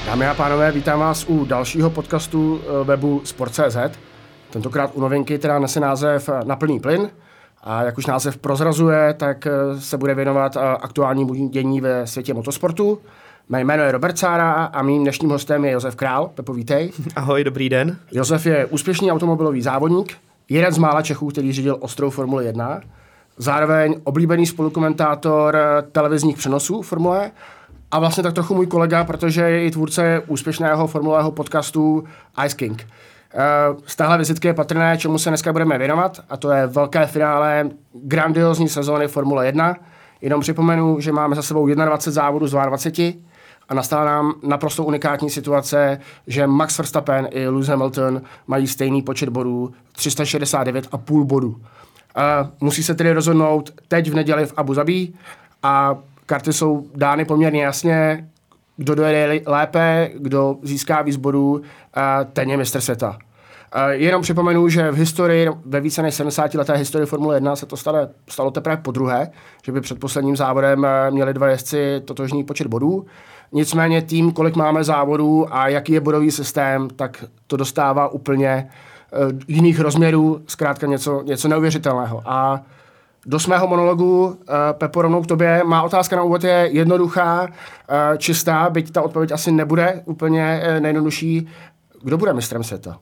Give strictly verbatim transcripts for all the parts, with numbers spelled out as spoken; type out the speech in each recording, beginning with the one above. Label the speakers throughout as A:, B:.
A: Dámy a pánové, vítám vás u dalšího podcastu webu sport tečka cé zet. Tentokrát u novinky, která nese název Na plný plyn. A jak už název prozrazuje, tak se bude věnovat aktuálnímu dění ve světě motosportu. Mé jméno je Robert Cára a mým dnešním hostem je Josef Král. Pepo, vítej.
B: Ahoj, dobrý den.
A: Josef je úspěšný automobilový závodník, jeden z mála Čechů, který řídil ostrou Formuli jedna, zároveň oblíbený spolukomentátor televizních přenosů Formule a vlastně tak trochu můj kolega, protože je i tvůrce úspěšného formulového podcastu Ice King. Z téhle vizitky je patrné, čemu se dneska budeme věnovat, a to je velké finále grandiozní sezóny Formule jedna. Jenom připomenu, že máme za sebou dvacet jedna závodů z dvaceti dvou a nastala nám naprosto unikátní situace, že Max Verstappen i Lewis Hamilton mají stejný počet bodů, tři sta šedesát devět a půl bodů. Uh, musí se tedy rozhodnout teď v neděli v Abu Zabí a karty jsou dány poměrně jasně, kdo dojede lépe, kdo získá víc bodů, uh, ten je mistr světa. Uh, jenom připomenu, že v historii, ve více než sedmdesátileté historii Formule jedna se to stalo, stalo teprve podruhé, že by před posledním závodem uh, měli dva jezdci totožný počet bodů. Nicméně tím, kolik máme závodů a jaký je bodový systém, tak to dostává úplně uh, jiných rozměrů, zkrátka něco, něco neuvěřitelného. A do svého monologu, uh, Pepo, rovnou k tobě. Má otázka na úvod je jednoduchá, uh, čistá, byť ta odpověď asi nebude úplně uh, nejjednodušší. Kdo bude mistrem světa?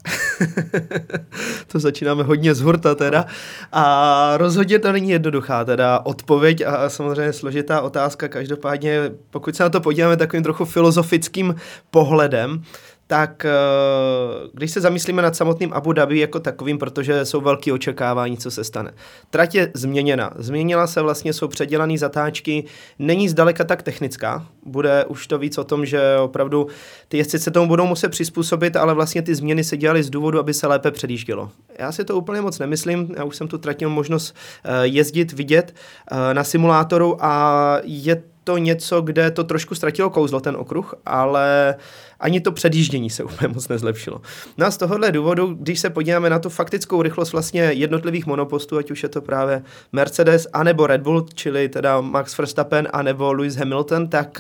B: To začínáme hodně z hurta teda. A rozhodně to není jednoduchá teda odpověď a samozřejmě složitá otázka. Každopádně, pokud se na to podíváme takovým trochu filozofickým pohledem, tak když se zamyslíme nad samotným Abu Dhabi jako takovým, protože jsou velké očekávání, co se stane. Trať je změněna. Změnila se vlastně, jsou předělané zatáčky, není zdaleka tak technická. Bude už to víc o tom, že opravdu ty jezdci se tomu budou muset přizpůsobit, ale vlastně ty změny se dělaly z důvodu, aby se lépe předjíždělo. Já si to úplně moc nemyslím, já už jsem tu trať měl možnost jezdit, vidět na simulátoru a je to něco, kde to trošku ztratilo kouzlo, ten okruh, ale ani to předjíždění se úplně moc nezlepšilo. No a z tohohle důvodu, když se podíváme na tu faktickou rychlost vlastně jednotlivých monopostů, ať už je to právě Mercedes, anebo Red Bull, čili teda Max Verstappen, anebo Lewis Hamilton, tak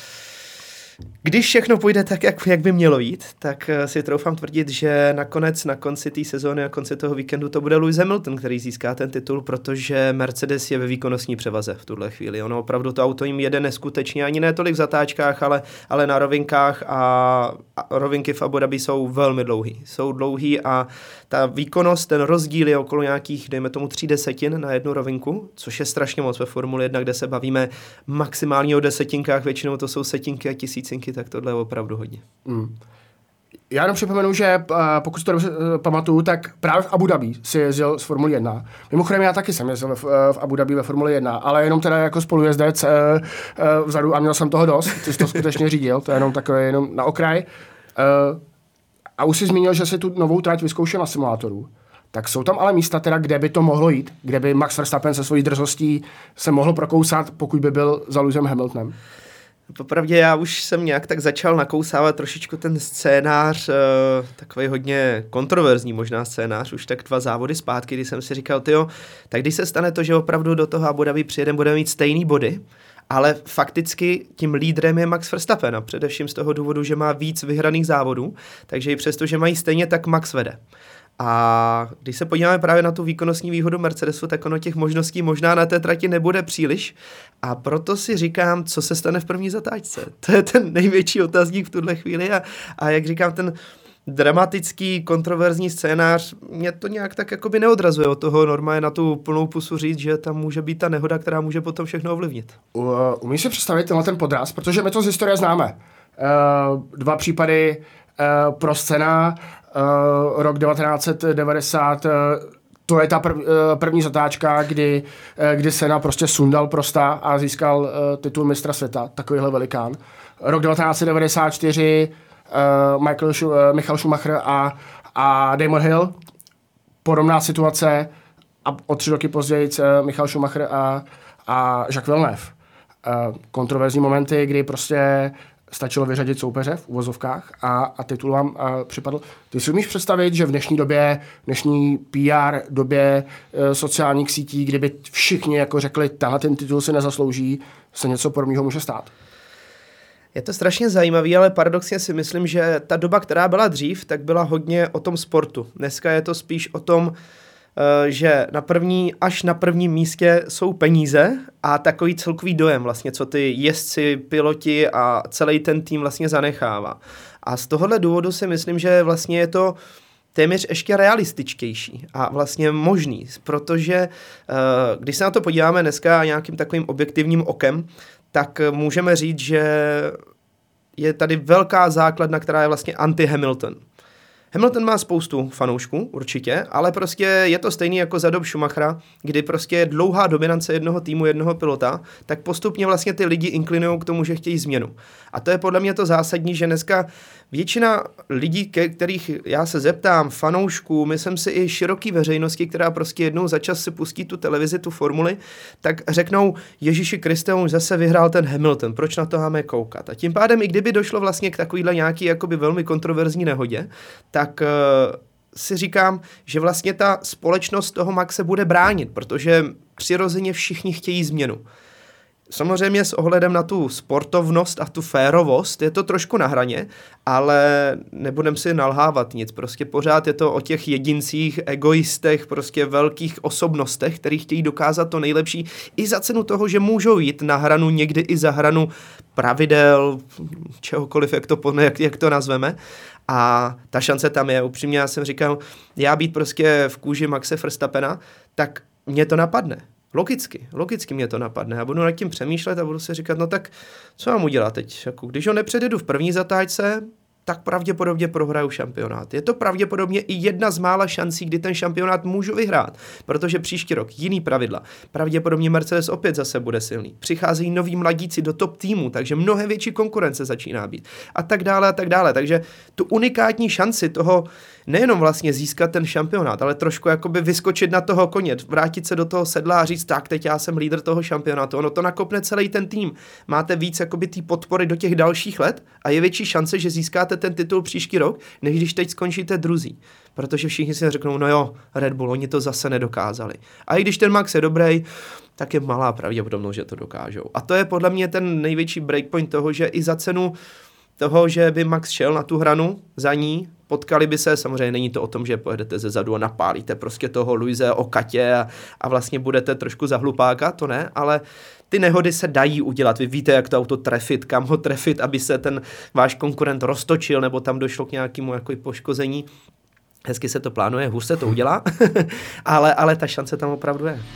B: když všechno půjde tak, jak, jak by mělo jít, tak si troufám tvrdit, že nakonec, na konci té sezóny, na konci toho víkendu to bude Lewis Hamilton, který získá ten titul, protože Mercedes je ve výkonnostní převaze v tuhle chvíli. Ono opravdu to auto jim jede neskutečně, ani ne tolik v zatáčkách, ale, ale na rovinkách a, a rovinky v Abu Dhabi jsou velmi dlouhý. Jsou dlouhý a ta výkonnost, ten rozdíl je okolo nějakých, dejme tomu, tří desetin na jednu rovinku, což je strašně moc ve Formule jedna, kde se bavíme maximálně o desetinkách, většinou to jsou setinky a tisícinky, tak tohle je opravdu hodně. Mm.
A: Já jenom připomenu, že pokud si to dobře pamatuju, tak právě v Abu Dhabi si jezdil z Formule jedna. Mimochodem já taky jsem jezdil v, v Abu Dhabi ve Formule jedna, ale jenom teda jako spolujezdec uh, uh, vzadu a měl jsem toho dost. Ty jsi to skutečně řídil, to je jenom takové jenom na okraj. Uh, a už jsi zmínil, že si tu novou trať vyzkoušel na simulátoru. Tak jsou tam ale místa teda, kde by to mohlo jít, kde by Max Verstappen se svojí drzostí se mohl prokousat, pokud by byl za Lewisem Hamiltonem.
B: Popravdě já už jsem nějak tak začal nakousávat trošičku ten scénář, uh, takový hodně kontroverzní možná scénář, už tak dva závody zpátky, kdy jsem si říkal, tyjo, tak když se stane to, že opravdu do toho Abu Dhabi přijedeme, budeme mít stejný body, ale fakticky tím lídrem je Max Verstappen a především z toho důvodu, že má víc vyhraných závodů, takže i přesto, že mají stejně, tak Max vede. A když se podíváme právě na tu výkonnostní výhodu Mercedesu, tak ono těch možností možná na té trati nebude příliš a proto si říkám, co se stane v první zatáčce. To je ten největší otazník v tuhle chvíli a, a jak říkám, ten dramatický, kontroverzní scénář, mě to nějak tak jakoby neodrazuje od toho normálně na tu plnou pusu říct, že tam může být ta nehoda, která může potom všechno ovlivnit. Uh,
A: umíš si představit tenhle ten podraz, protože my to z historie známe. Uh, dva případy uh, pro Senna, Uh, rok devatenáct set devadesát, uh, to je ta prv, uh, první zatáčka, kdy, uh, kdy Senna prostě sundal Prosta a získal uh, titul mistra světa, takovýhle velikán. Rok devatenáct set devadesát čtyři, uh, Michael Šu, uh, Michael Schumacher a, a Damon Hill, podobná situace a o tři roky později uh, Michael Schumacher a, a Jacques Villeneuve. Uh, kontroverzní momenty, kdy prostě stačilo vyřadit soupeře v uvozovkách a, a titul vám a, připadl. Ty si umíš představit, že v dnešní době, dnešní P R době e, sociálních sítí, kdyby všichni jako řekli, tenhle ten titul si nezaslouží, se něco podobného může stát?
B: Je to strašně zajímavý, ale paradoxně si myslím, že ta doba, která byla dřív, tak byla hodně o tom sportu. Dneska je to spíš o tom, že na první, až na prvním místě jsou peníze a takový celkový dojem vlastně, co ty jezdci, piloti a celý ten tým vlastně zanechává. A z tohohle důvodu si myslím, že vlastně je to téměř ještě realističtější a vlastně možný, protože když se na to podíváme dneska nějakým takovým objektivním okem, tak můžeme říct, že je tady velká základna, která je vlastně anti-Hamilton. Hamilton má spoustu fanoušků, určitě, ale prostě je to stejný jako za dob Schumachera, kdy prostě je dlouhá dominance jednoho týmu, jednoho pilota, tak postupně vlastně ty lidi inklinují k tomu, že chtějí změnu. A to je podle mě to zásadní, že dneska většina lidí, ke kterých já se zeptám, fanoušků, myslím si i široký veřejnosti, která prostě jednou za čas si pustí tu televizi, tu formuli, tak řeknou, Ježíši Kriste, už zase vyhrál ten Hamilton, proč na to máme koukat? A tím pádem, i kdyby došlo vlastně k takovýhle nějaký jakoby velmi kontroverzní nehodě, tak uh, si říkám, že vlastně ta společnost toho Maxe bude bránit, protože přirozeně všichni chtějí změnu. Samozřejmě s ohledem na tu sportovnost a tu férovost je to trošku na hraně, ale nebudem si nalhávat nic. Prostě pořád je to o těch jedincích, egoistech, prostě velkých osobnostech, který chtějí dokázat to nejlepší i za cenu toho, že můžou jít na hranu, někdy i za hranu pravidel, čehokoliv, jak to, jak, jak to nazveme. A ta šance tam je. Upřímně já jsem říkal, já být prostě v kůži Maxe Verstappena, tak mě to napadne. Logicky, logicky mě to napadne. Já budu nad tím přemýšlet a budu si říkat, no tak co mám udělat teď? Jako, když ho nepředjedu v první zatáčce, tak pravděpodobně prohraju šampionát. Je to pravděpodobně i jedna z mála šancí, kdy ten šampionát můžu vyhrát, protože příští rok jiný pravidla. Pravděpodobně Mercedes opět zase bude silný. Přicházejí noví mladíci do top týmu, takže mnohem větší konkurence začíná být. A tak dále a tak dále. Takže tu unikátní šanci toho nejenom vlastně získat ten šampionát, ale trošku jakoby vyskočit na toho koně, vrátit se do toho sedla a říct, tak teď já jsem lídr toho šampionátu. Ono to nakopne celý ten tým. Máte víc jakoby té podpory do těch dalších let a je větší šance, že získáte ten titul příští rok, než když teď skončíte druzí. Protože všichni si řeknou, no jo, Red Bull, oni to zase nedokázali. A i když ten Max je dobrý, tak je malá pravděpodobnost, že to dokážou. A to je podle mě ten největší breakpoint toho, že i za cenu toho, že by Max šel na tu hranu za ní, potkali by se, samozřejmě není to o tom, že pojedete ze zadu a napálíte prostě toho Luise o katě a, a vlastně budete trošku za hlupáka, to ne, ale ty nehody se dají udělat. Vy víte, jak to auto trefit, kam ho trefit, aby se ten váš konkurent roztočil, nebo tam došlo k nějakému jako poškození. Hezky se to plánuje, hůř se to udělá, ale, ale ta šance tam opravdu je.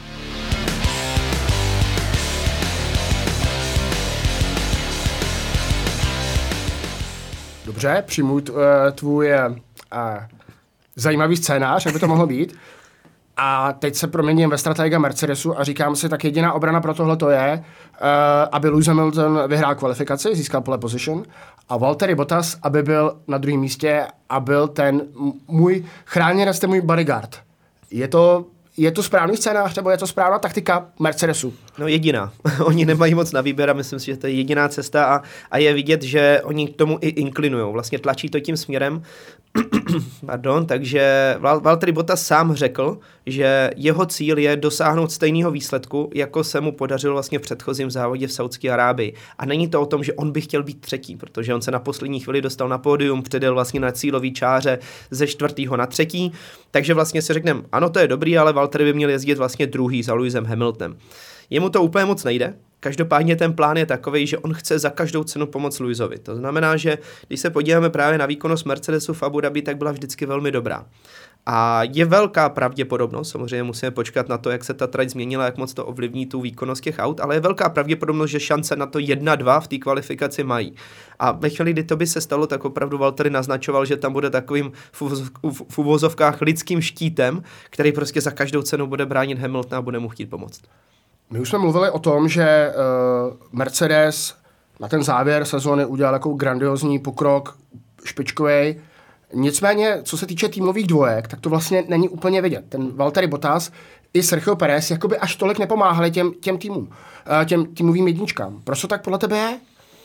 A: Dobře, přijmu tvůj uh, zajímavý scénář, jak by to mohlo být. A teď se proměním ve stratega Mercedesu a říkám si, tak jediná obrana pro tohle to je, uh, aby Lewis Hamilton vyhrál kvalifikaci, získal pole position a Valtteri Bottas, aby byl na druhém místě a byl ten můj chráněnec, ten můj bodyguard. Je to... Je to správný scénář, nebo je to správná taktika Mercedesu?
B: No jediná. Oni nemají moc na výběr a myslím si, že to je jediná cesta a, a je vidět, že oni k tomu i inklinujou. Vlastně tlačí to tím směrem. Pardon, takže Valtteri Bottas sám řekl, že jeho cíl je dosáhnout stejného výsledku, jako se mu podařilo vlastně v předchozím závodě v Saudské Arábii. A není to o tom, že on by chtěl být třetí, protože on se na poslední chvíli dostal na pódium, předjel vlastně na cílový čáře ze čtvrtýho na třetí. Takže vlastně si řekneme, ano, to je dobrý, ale Valtteri by měl jezdit vlastně druhý za Lewisem Hamiltonem. Jemu to úplně moc nejde. Každopádně ten plán je takový, že on chce za každou cenu pomoct Lewisovi. To znamená, že když se podíváme právě na výkonnost Mercedesu v Abu Dhabi, tak byla vždycky velmi dobrá. A je velká pravděpodobnost, samozřejmě musíme počkat na to, jak se ta trať změnila, jak moc to ovlivní tu výkonnost těch aut, ale je velká pravděpodobnost, že šance na to jedna dva v té kvalifikaci mají. A ve chvíli, kdy to by se stalo, tak opravdu Valtteri naznačoval, že tam bude takovým v uvozovkách lidským štítem, který prostě za každou cenu bude bránit Hamiltona a bude mu chtít pomoct.
A: My už jsme mluvili o tom, že uh, Mercedes na ten závěr sezóny udělal jako grandiozní pokrok, špičkovej. Nicméně, co se týče týmových dvojek, tak to vlastně není úplně vidět. Ten Valtteri Bottas i Sergio Perez jakoby až tolik nepomáhali těm, těm týmům, uh, těm týmovým jedničkám. Proč to tak podle tebe je?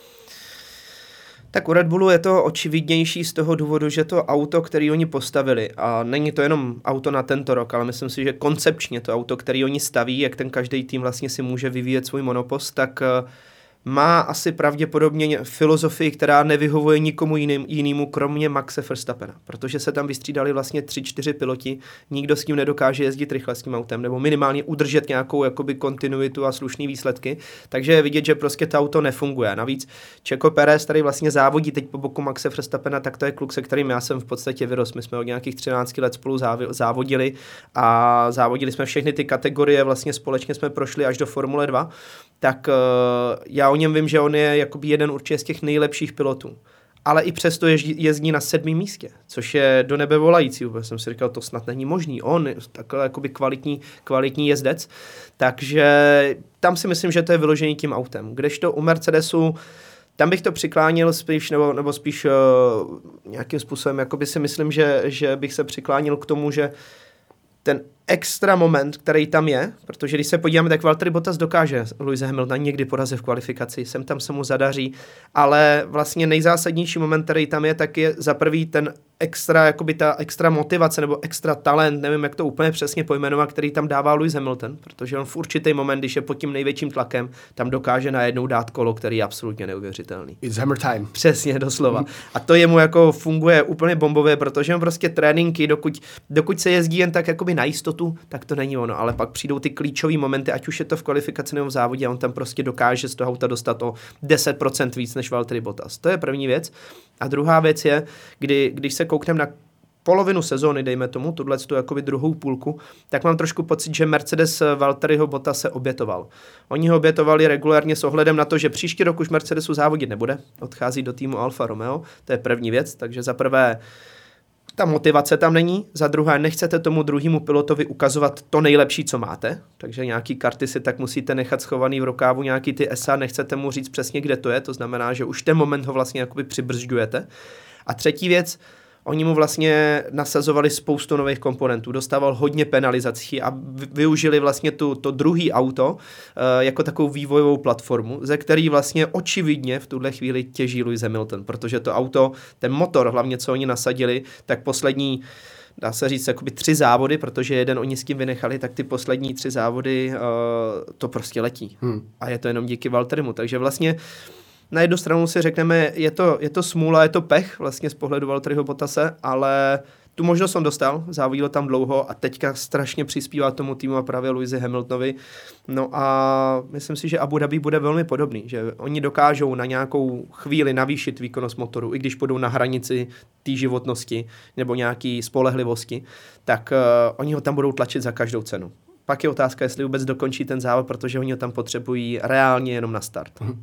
B: Tak u Red Bullu je to očividnější z toho důvodu, že to auto, který oni postavili, a není to jenom auto na tento rok, ale myslím si, že koncepčně to auto, který oni staví, jak ten každý tým vlastně si může vyvíjet svůj monopost, tak má asi pravděpodobně filozofii, která nevyhovuje nikomu jiným, jinému, kromě Maxe Verstappena, protože se tam vystřídali vlastně tři, čtyři piloti, nikdo s tím nedokáže jezdit rychle s tím autem, nebo minimálně udržet nějakou jakoby kontinuitu a slušný výsledky, takže je vidět, že prostě to auto nefunguje. Navíc Checo Pérez tady vlastně závodí teď po boku Maxe Verstappena, tak to je kluk, se kterým já jsem v podstatě vyrost. My jsme od nějakých třináct let spolu závodili a závodili jsme všechny ty kategorie, vlastně společně jsme prošli až do Formule dva, tak uh, já o něm vím, že on je jakoby jeden určitě z těch nejlepších pilotů. Ale i přesto jezdí, jezdí na sedmém místě, což je do nebe volající. Úplně jsem si říkal, to snad není možný. On je takhle jakoby kvalitní, kvalitní jezdec. Takže tam si myslím, že to je vyložený tím autem. Kdežto u Mercedesu, tam bych to přiklánil spíš, nebo, nebo spíš uh, nějakým způsobem, jakoby si myslím, že, že bych se přiklánil k tomu, že ten extra moment, který tam je, protože když se podíváme, tak Valtteri Bottas dokáže Lewise Hamiltona někdy porazit v kvalifikaci, sem tam se mu zadaří, ale vlastně nejzásadnější moment, který tam je, tak je za prvý ten extra, jakoby ta extra motivace nebo extra talent, nevím, jak to úplně přesně pojmenovat, který tam dává Lewis Hamilton, protože on v určitý moment, když je pod tím největším tlakem, tam dokáže najednou dát kolo, který je absolutně neuvěřitelný.
A: It's hammer time.
B: Přesně, doslova. A to jemu jako funguje úplně bombově, protože on prostě tréninky, dokud, dokud se jezdí jen tak jakoby na jistotu, tak to není ono, ale pak přijdou ty klíčové momenty, ať už je to v kvalifikaci nebo v závodě, a on tam prostě dokáže z toho auta dostat o deset procent víc než Valtteri Bottas. To je první věc. A druhá věc je, kdy, když se koukneme na polovinu sezóny, dejme tomu, tuhle tu jakoby druhou půlku, tak mám trošku pocit, že Mercedes Valtteriho Bottase obětoval. Oni ho obětovali regulárně s ohledem na to, že příští rok už Mercedesu závodit nebude, odchází do týmu Alfa Romeo, to je první věc, takže za prvé ta motivace tam není, za druhé nechcete tomu druhému pilotovi ukazovat to nejlepší, co máte, takže nějaký karty si tak musíte nechat schovaný v rukávu, nějaký ty E S A, nechcete mu říct přesně, kde to je, to znamená, že už ten moment ho vlastně jakoby přibrzďujete. A třetí věc, oni mu vlastně nasazovali spoustu nových komponentů, dostával hodně penalizací a využili vlastně tu, to druhý auto uh, jako takovou vývojovou platformu, ze který vlastně očividně v tuhle chvíli těží Lewis Hamilton, protože to auto, ten motor, hlavně co oni nasadili, tak poslední, dá se říct, jakoby tři závody, protože jeden oni s tím vynechali, tak ty poslední tři závody uh, to prostě letí. Hmm. A je to jenom díky Valtterimu, takže vlastně na jednu stranu si řekneme, je to, je to smůla, je to pech vlastně z pohledu Valtteriho Bottase, ale tu možnost on dostal, závodil tam dlouho a teďka strašně přispívá tomu týmu a právě Lewisi Hamiltonovi. No a myslím si, že Abu Dhabi bude velmi podobný, že oni dokážou na nějakou chvíli navýšit výkonnost motoru, i když půjdou na hranici té životnosti nebo nějaký spolehlivosti, tak uh, oni ho tam budou tlačit za každou cenu. Pak je otázka, jestli vůbec dokončí ten závod, protože oni ho tam potřebují reálně jenom na start. Hmm.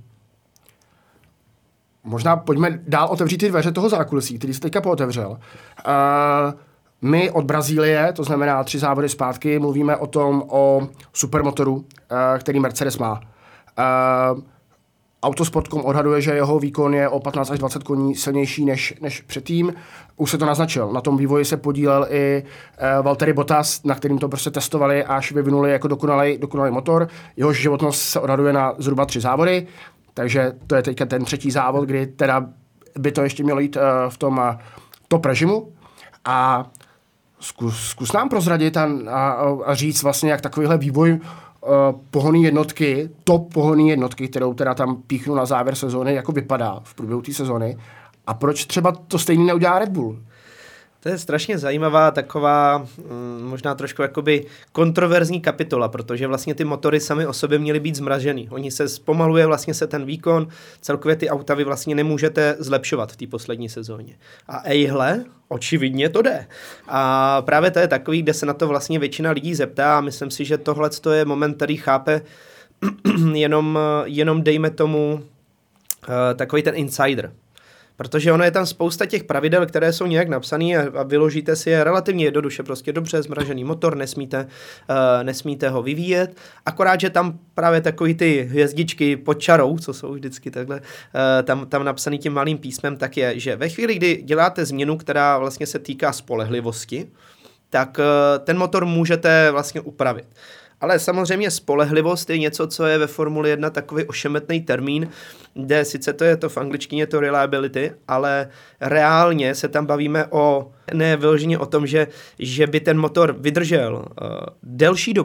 A: Možná pojďme dál otevřít ty dveře toho zákulisí, který se teďka pootevřel. Uh, my od Brazílie, to znamená tři závody zpátky, mluvíme o tom, o supermotoru, uh, který Mercedes má. Uh, Autosport tečka com odhaduje, že jeho výkon je o patnáct až dvacet koní silnější než, než předtím. Už se to naznačil. Na tom vývoji se podílel i uh, Valtteri Bottas, na kterým to prostě testovali, až vyvinuli jako dokonalý, dokonalý motor. Jehož životnost se odhaduje na zhruba tři závody. Takže to je teďka ten třetí závod, kdy teda by to ještě mělo jít uh, v tom uh, top režimu. A zkus, zkus nám prozradit a, a, a říct vlastně, jak takovýhle vývoj uh, pohonný jednotky, top pohonný jednotky, kterou teda tam píchnu na závěr sezóny, jako vypadá v průběhu té sezóny. A proč třeba to stejný neudělá Red Bull?
B: To je strašně zajímavá taková, možná trošku jakoby kontroverzní kapitola, protože vlastně ty motory sami o sobě měly být zmražený. Oni se zpomaluje vlastně se ten výkon, celkově ty auta vy vlastně nemůžete zlepšovat v té poslední sezóně. A ejhle, očividně to jde. A právě to je takový, kde se na to vlastně většina lidí zeptá a myslím si, že tohle je moment, který chápe jenom, jenom dejme tomu takový ten insider. Protože ono je tam spousta těch pravidel, které jsou nějak napsané a, a vyložíte si je relativně jednoduše, prostě dobře zmražený motor, nesmíte, uh, nesmíte ho vyvíjet, akorát, že tam právě takový ty hvězdičky pod čarou, co jsou vždycky takhle, uh, tam, tam napsaný tím malým písmem, tak je, že ve chvíli, kdy děláte změnu, která vlastně se týká spolehlivosti, tak uh, ten motor můžete vlastně upravit. Ale samozřejmě spolehlivost je něco, co je ve Formuli jedna takový ošemetný termín, kde sice to je to v angličtině to reliability, ale reálně se tam bavíme o, ne vyloženě o tom, že, že by ten motor vydržel uh, delší dobu,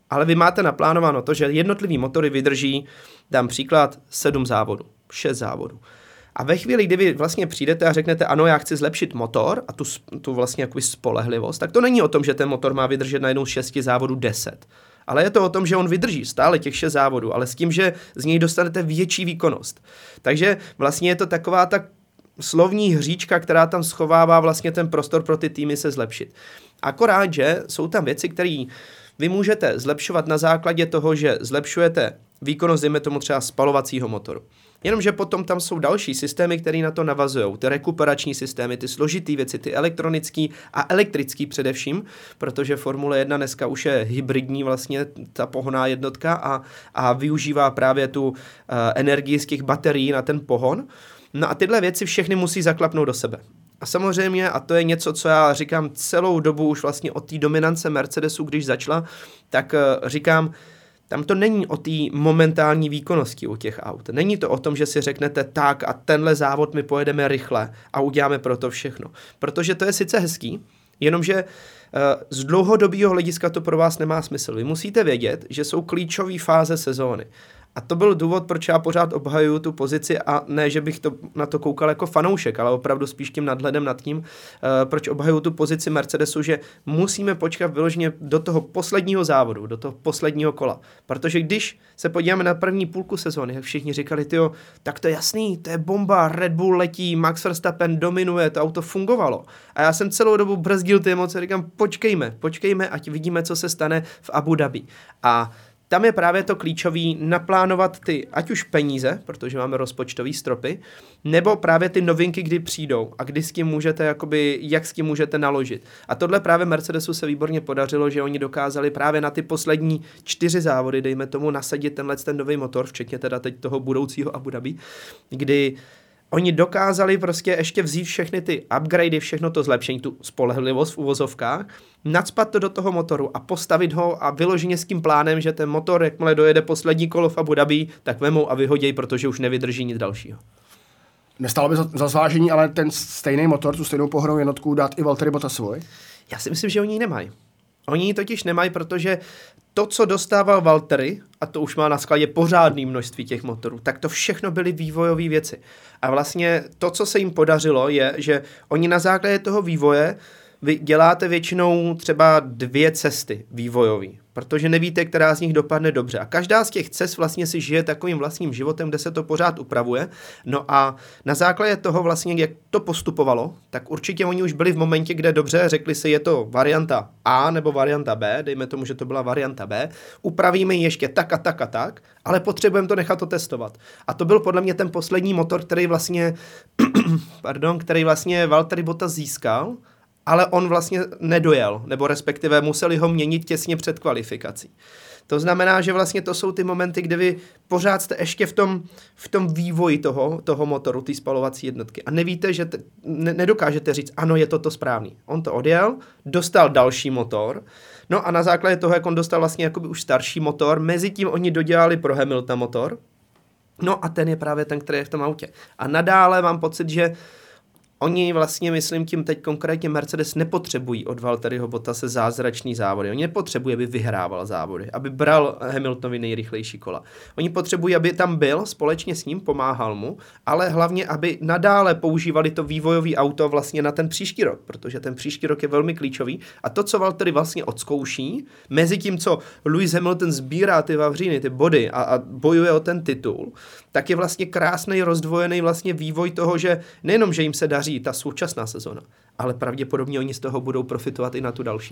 B: ale vy máte naplánováno to, že jednotlivý motory vydrží, dám příklad, sedm závodů, šest závodů. A ve chvíli, kdy vy vlastně přijdete a řeknete, ano, já chci zlepšit motor a tu, tu vlastně jakoby spolehlivost, tak to není o tom, že ten motor má vydržet najednou z šesti závodů deset. Ale je to o tom, že on vydrží stále těch šest závodů, ale s tím, že z něj dostanete větší výkonnost. Takže vlastně je to taková ta slovní hříčka, která tam schovává vlastně ten prostor pro ty týmy se zlepšit. Akorát, že jsou tam věci, které vy můžete zlepšovat na základě toho, že zlepšujete výkonnost, dejme tomu třeba spalovacího motoru. Jenomže potom tam jsou další systémy, které na to navazují. Ty rekuperační systémy, ty složitý věci, ty elektronický a elektrický především, protože Formule jedna dneska už je hybridní vlastně ta pohonná jednotka a, a využívá právě tu uh, energii z těch baterií na ten pohon. No a tyhle věci všechny musí zaklapnout do sebe. A samozřejmě, a to je něco, co já říkám celou dobu už vlastně od té dominance Mercedesu, když začala, tak uh, říkám, tam to není o té momentální výkonnosti u těch aut. Není to o tom, že si řeknete tak a tenhle závod my pojedeme rychle a uděláme pro to všechno. Protože to je sice hezký, jenomže z dlouhodobého hlediska to pro vás nemá smysl. Vy musíte vědět, že jsou klíčové fáze sezóny. A to byl důvod, proč já pořád obhajuju tu pozici a ne, že bych to, na to koukal jako fanoušek, ale opravdu spíš tím nadhledem nad tím, uh, proč obhajuju tu pozici Mercedesu, že musíme počkat vyloženě do toho posledního závodu, do toho posledního kola. Protože když se podíváme na první půlku sezóny, jak všichni říkali, tyjo, tak to je jasný, to je bomba, Red Bull letí, Max Verstappen dominuje, to auto fungovalo. A já jsem celou dobu brzdil ty emoce, říkám, počkejme, počkejme, ať vidíme, co se stane v Abu Dhabi. A tam je právě to klíčový naplánovat ty, ať už peníze, protože máme rozpočtový stropy, nebo právě ty novinky, kdy přijdou a kdy s tím můžete, jakoby, jak s tím můžete naložit. A tohle právě Mercedesu se výborně podařilo, že oni dokázali právě na ty poslední čtyři závody, dejme tomu, nasadit tenhle ten nový motor, včetně teda teď toho budoucího Abu Dhabi, kdy oni dokázali prostě ještě vzít všechny ty upgradey, všechno to zlepšení, tu spolehlivost v uvozovkách, nacpat to do toho motoru a postavit ho a vyloženě s tím plánem, že ten motor, jakmile dojede poslední kolo v Abu Dhabi, tak vemou a vyhoděj, protože už nevydrží nic dalšího.
A: Nestalo by za, za zvážení, ale ten stejný motor, tu stejnou pohonnou jednotku dát i Valtteri Bottasovi?
B: Já si myslím, že oni ji nemají. Oni ji totiž nemají, protože to, co dostával Valtteri, a to už má na skladě pořádný množství těch motorů, tak to všechno byly vývojové věci. A vlastně to, co se jim podařilo, je, že oni na základě toho vývoje vy děláte většinou třeba dvě cesty vývojový, protože nevíte, která z nich dopadne dobře. A každá z těch cest vlastně si žije takovým vlastním životem, kde se to pořád upravuje. No a na základě toho vlastně, jak to postupovalo, tak určitě oni už byli v momentě, kde dobře řekli si, je to varianta A nebo varianta B, dejme tomu, že to byla varianta B, upravíme ji ještě tak a tak a tak, ale potřebujeme to nechat to testovat. A to byl podle mě ten poslední motor, který vlastně, pardon, který vlastně Valtteri Bottas získal, ale on vlastně nedojel, nebo respektive museli ho měnit těsně před kvalifikací. To znamená, že vlastně to jsou ty momenty, kde vy pořád jste ještě v tom, v tom vývoji toho, toho motoru, té spalovací jednotky a nevíte, že te, ne, nedokážete říct, ano, je to to správný. On to odjel, dostal další motor, no a na základě toho, jak on dostal vlastně jakoby už starší motor, mezi tím oni dodělali pro Hamiltona motor, no a ten je právě ten, který je v tom autě. A nadále mám pocit, že oni vlastně, myslím tím teď konkrétně Mercedes, nepotřebují od Valtteriho Bottase zázračný závody. Oni nepotřebují, aby vyhrával závody, aby bral Hamiltonovi nejrychlejší kola. Oni potřebují, aby tam byl, společně s ním pomáhal mu, ale hlavně, aby nadále používali to vývojové auto vlastně na ten příští rok, protože ten příští rok je velmi klíčový. A to, co Valtteri vlastně odzkouší, mezi tím, co Lewis Hamilton sbírá ty vavříny, ty body a, a bojuje o ten titul, tak je vlastně krásný rozdvojený vlastně vývoj toho, že nejenom, že jim se daří ta současná sezona, ale pravděpodobně oni z toho budou profitovat i na tu další.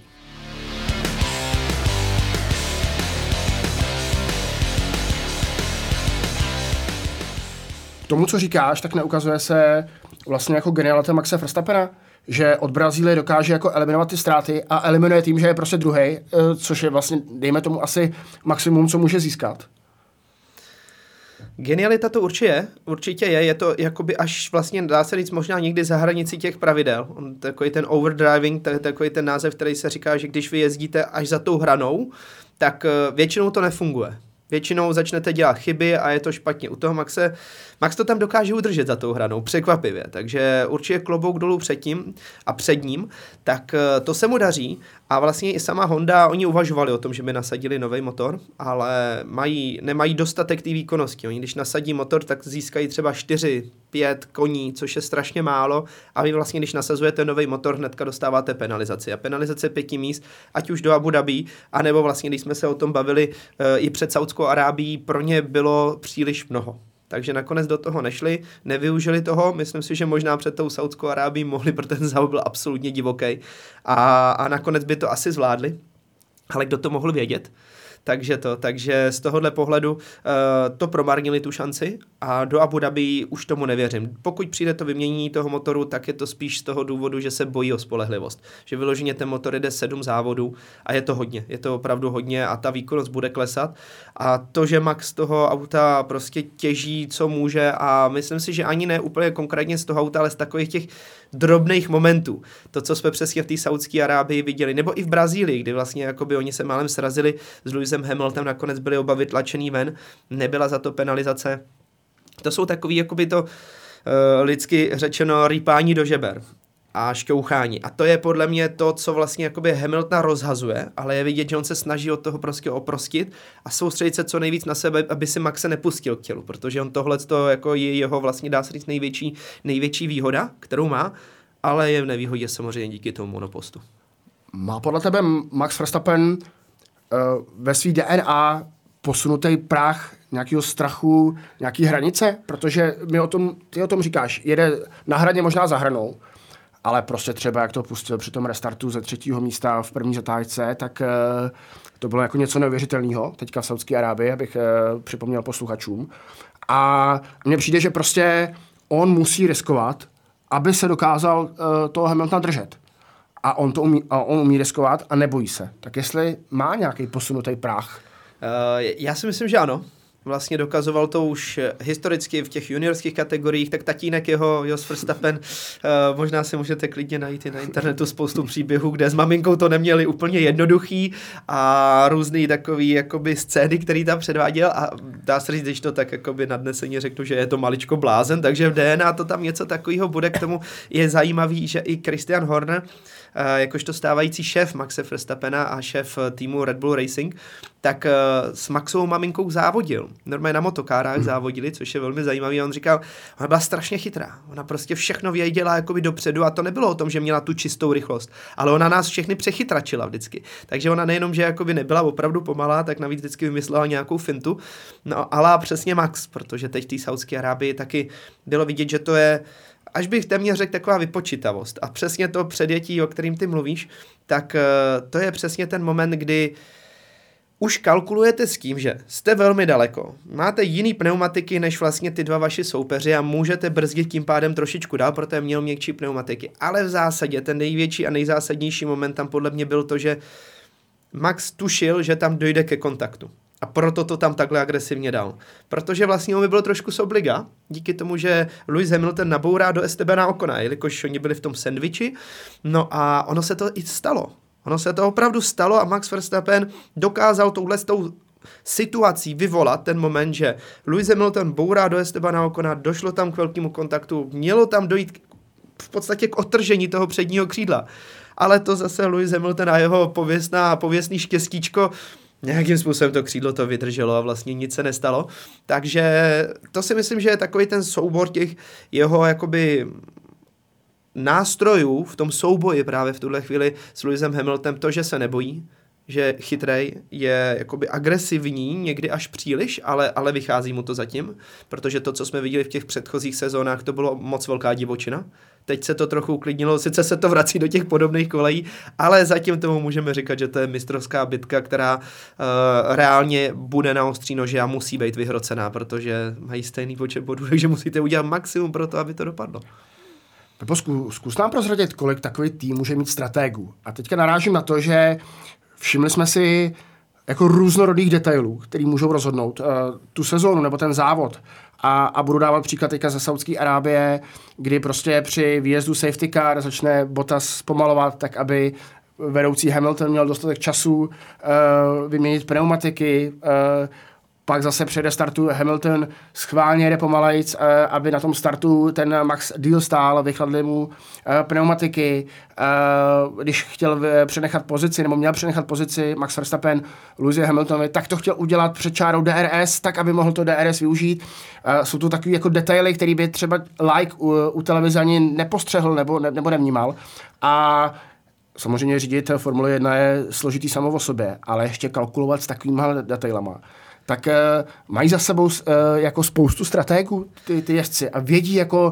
A: K tomu, co říkáš, tak neukazuje se vlastně jako genialita Maxe Verstappena, že od Brazílie dokáže jako eliminovat ty ztráty a eliminuje tím, že je prostě druhej, což je vlastně, dejme tomu, asi maximum, co může získat.
B: Genialita to určitě je, určitě je, je to jakoby až vlastně, dá se říct, možná někdy za hranicí těch pravidel. Takový ten overdriving, takový ten název, který se říká, že když vy jezdíte až za tou hranou, tak většinou to nefunguje. Většinou začnete dělat chyby a je to špatně. U toho Maxe Max to tam dokáže udržet za tou hranou, překvapivě, takže určitě klobouk dolů před tím a před ním, tak to se mu daří a vlastně i sama Honda, oni uvažovali o tom, že by nasadili nový motor, ale mají, nemají dostatek té výkonnosti. Oni když nasadí motor, tak získají třeba čtyři pět koní, což je strašně málo a vy vlastně, když nasazujete nový motor, hnedka dostáváte penalizaci. A penalizace pěti míst, ať už do Abu Dhabi, anebo vlastně, když jsme se o tom bavili e, i před Saudskou Arábií, pro ně bylo příliš mnoho. Takže nakonec do toho nešli, nevyužili toho, myslím si, že možná před tou Saudskou Arábií mohli, protože ten závod byl absolutně divoký a, a nakonec by to asi zvládli, ale kdo to mohl vědět? Takže to, takže z tohohle pohledu uh, to promarnili tu šanci a do Abu Dhabi už tomu nevěřím. Pokud přijde to vyměnění toho motoru, tak je to spíš z toho důvodu, že se bojí o spolehlivost. Že vyloženě ten motor jde sedm závodů a je to hodně, je to opravdu hodně a ta výkonnost bude klesat. A to, že Max z toho auta prostě těží, co může a myslím si, že ani ne úplně konkrétně z toho auta, ale z takových těch drobných momentů. To, co jsme přesně v té Saudské Arábii viděli, nebo i v Brazílii, kdy vlastně jakoby oni se málem srazili s Lewisem Hamiltonem, nakonec byli oba vytlačený ven, nebyla za to penalizace. To jsou takový, jakoby to uh, lidsky řečeno rýpání do žeber a šťouchání. A to je podle mě to, co vlastně jakoby Hamiltona rozhazuje, ale je vidět, že on se snaží od toho prostě oprostit a soustředit se co nejvíc na sebe, aby si Maxe nepustil k tělu, protože on tohle to jako je jeho vlastně dá se říct největší, největší výhoda, kterou má, ale je v nevýhodě samozřejmě díky tomu monopostu.
A: Má podle tebe Max Verstappen uh, ve svý D N A posunutý práh nějakého strachu, nějaký hranice? Protože my o tom, ty o tom říkáš, jede na hraně možná za hranou, ale prostě třeba, jak to pustil při tom restartu ze třetího místa v první zatáčce, tak uh, to bylo jako něco neuvěřitelného, teďka v Saudské Arábii, abych uh, připomněl posluchačům. A mně přijde, že prostě on musí riskovat, aby se dokázal uh, toho Hamiltona držet. A on to umí, a on umí riskovat a nebojí se. Tak jestli má nějaký posunutý práh?
B: Uh, já si myslím, že ano. Vlastně dokazoval to už historicky v těch juniorských kategoriích, tak tatínek jeho, Jos Verstappen, uh, možná si můžete klidně najít i na internetu spoustu příběhů, kde s maminkou to neměli úplně jednoduchý a různý takový jakoby scény, který tam předváděl a dá se říct, když to tak jakoby nadneseně řeknu, že je to maličko blázen, takže v D N A to tam něco takového bude. K tomu je zajímavý, že i Christian Horner, Uh, jakožto stávající šéf Maxe Verstappena a šéf týmu Red Bull Racing, tak uh, s Maxovou maminkou závodil. Normálně na motokárách hmm. závodili, což je velmi zajímavý. On říkal, ona byla strašně chytrá. Ona prostě všechno věděla jakoby dopředu a to nebylo o tom, že měla tu čistou rychlost, ale ona nás všechny přechytračila vždycky. Takže ona nejenom, že jakoby nebyla opravdu pomalá, tak navíc vždycky vymyslela nějakou fintu. No ale přesně Max, protože teď v té Saudské Arábii taky bylo vidět, že to je až bych téměř řekl taková vypočítavost. A přesně to předjetí, o kterým ty mluvíš, tak uh, to je přesně ten moment, kdy už kalkulujete s tím, že jste velmi daleko, máte jiný pneumatiky než vlastně ty dva vaši soupeři a můžete brzdit tím pádem trošičku dál, protože měl měkčí pneumatiky. Ale v zásadě ten největší a nejzásadnější moment tam podle mě byl to, že Max tušil, že tam dojde ke kontaktu. A proto to tam takhle agresivně dal. Protože vlastně on by byl trošku z obliga, díky tomu, že Lewis Hamilton nabourá do Estebana Ocona, jelikož oni byli v tom sendviči. No a ono se to i stalo. Ono se to opravdu stalo a Max Verstappen dokázal touhle s tou situací vyvolat ten moment, že Lewis Hamilton bourá do Estebana Ocona, došlo tam k velkému kontaktu, mělo tam dojít v podstatě k odtržení toho předního křídla. Ale to zase Lewis Hamilton a jeho pověstná, pověstný štěstíčko nějakým způsobem to křídlo to vydrželo a vlastně nic se nestalo. Takže to si myslím, že je takový ten soubor těch jeho jakoby nástrojů v tom souboji právě v tuhle chvíli s Lewisem Hamiltonem, to, že se nebojí, že chytrej je jakoby agresivní, někdy až příliš, ale, ale vychází mu to zatím, protože to, co jsme viděli v těch předchozích sezónách, to bylo moc velká divočina. Teď se to trochu uklidnilo, sice se to vrací do těch podobných kolejí, ale zatím tomu můžeme říkat, že to je mistrovská bitka, která uh, reálně bude na ostří noži a musí být vyhrocená, protože mají stejný počet bodů, takže musíte udělat maximum pro to, aby to dopadlo.
A: Pepo, zkus, zkus nám prozradit, kolik takový tým může mít stratégů. A teďka narážím na to, že všimli jsme si jako různorodých detailů, který můžou rozhodnout uh, tu sezónu nebo ten závod. A, a budu dávat příklad teďka ze Saudské Arábie, kdy prostě při výjezdu safety car začne Bottas zpomalovat, tak aby vedoucí Hamilton měl dostatek času uh, vyměnit pneumatiky. Uh, pak zase přede startu Hamilton schválně jede pomalejc, aby na tom startu ten Max díl stál, vychladli mu pneumatiky, když chtěl přenechat pozici, nebo měl přenechat pozici Max Verstappen Lewisi Hamiltonovi, tak to chtěl udělat před čárou D R S, tak, aby mohl to D R S využít. Jsou to takový jako detaily, který by třeba like u, u televize ani nepostřehl nebo, ne, nebo nevnímal. A samozřejmě řídit Formule jedna je složitý samo o sobě, ale ještě kalkulovat s takovýma detailama. Tak uh, mají za sebou uh, jako spoustu strategů ty, ty jezdci a vědí jako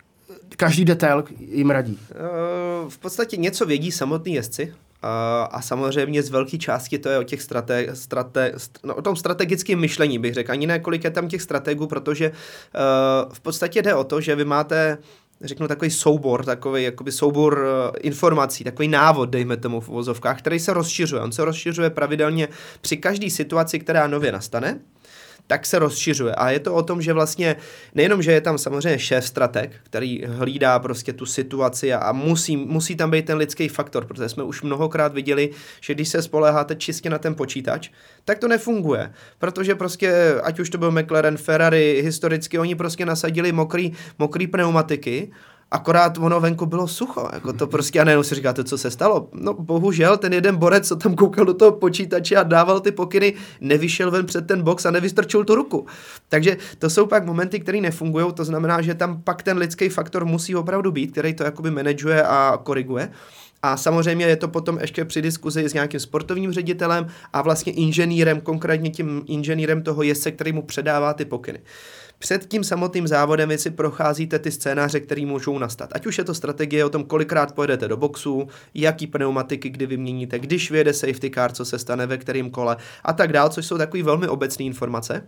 A: každý detail jim radí.
B: Uh, v podstatě něco vědí samotní jezdci. Uh, a samozřejmě z velké části to je o těch strate, strate, st- no, o tom strategickém myšlení, bych řekl. Ani ne, kolik je tam těch strategů, protože uh, v podstatě jde o to, že vy máte, řeknu, takový soubor, takový jakoby soubor uh, informací, takový návod, dejme tomu v uvozovkách, který se rozšiřuje. On se rozšiřuje pravidelně při každé situaci, která nově nastane, tak se rozšiřuje. A je to o tom, že vlastně nejenom, že je tam samozřejmě šéf strateg, který hlídá prostě tu situaci a, a musí, musí tam být ten lidský faktor, protože jsme už mnohokrát viděli, že když se spoléháte čistě na ten počítač, tak to nefunguje. Protože prostě, ať už to byl McLaren, Ferrari, historicky, oni prostě nasadili mokrý, mokrý pneumatiky, akorát ono venku bylo sucho, jako to prostě, a nejenom si říkáte, co se stalo. No bohužel, ten jeden borec, co tam koukal do toho počítače a dával ty pokyny, nevyšel ven před ten box a nevystrčil tu ruku. Takže to jsou pak momenty, které nefungují, to znamená, že tam pak ten lidský faktor musí opravdu být, který to jakoby manažuje a koriguje. A samozřejmě je to potom ještě při diskuzi s nějakým sportovním ředitelem a vlastně inženýrem, konkrétně tím inženýrem toho jezdce, který mu předává ty pokyny. Před tím samotným závodem vy si procházíte ty scénáře, které můžou nastat. Ať už je to strategie o tom, kolikrát pojedete do boxu, jaký pneumatiky kdy vyměníte, když vyjede safety car, co se stane ve kterém kole a tak dál, což jsou takové velmi obecné informace.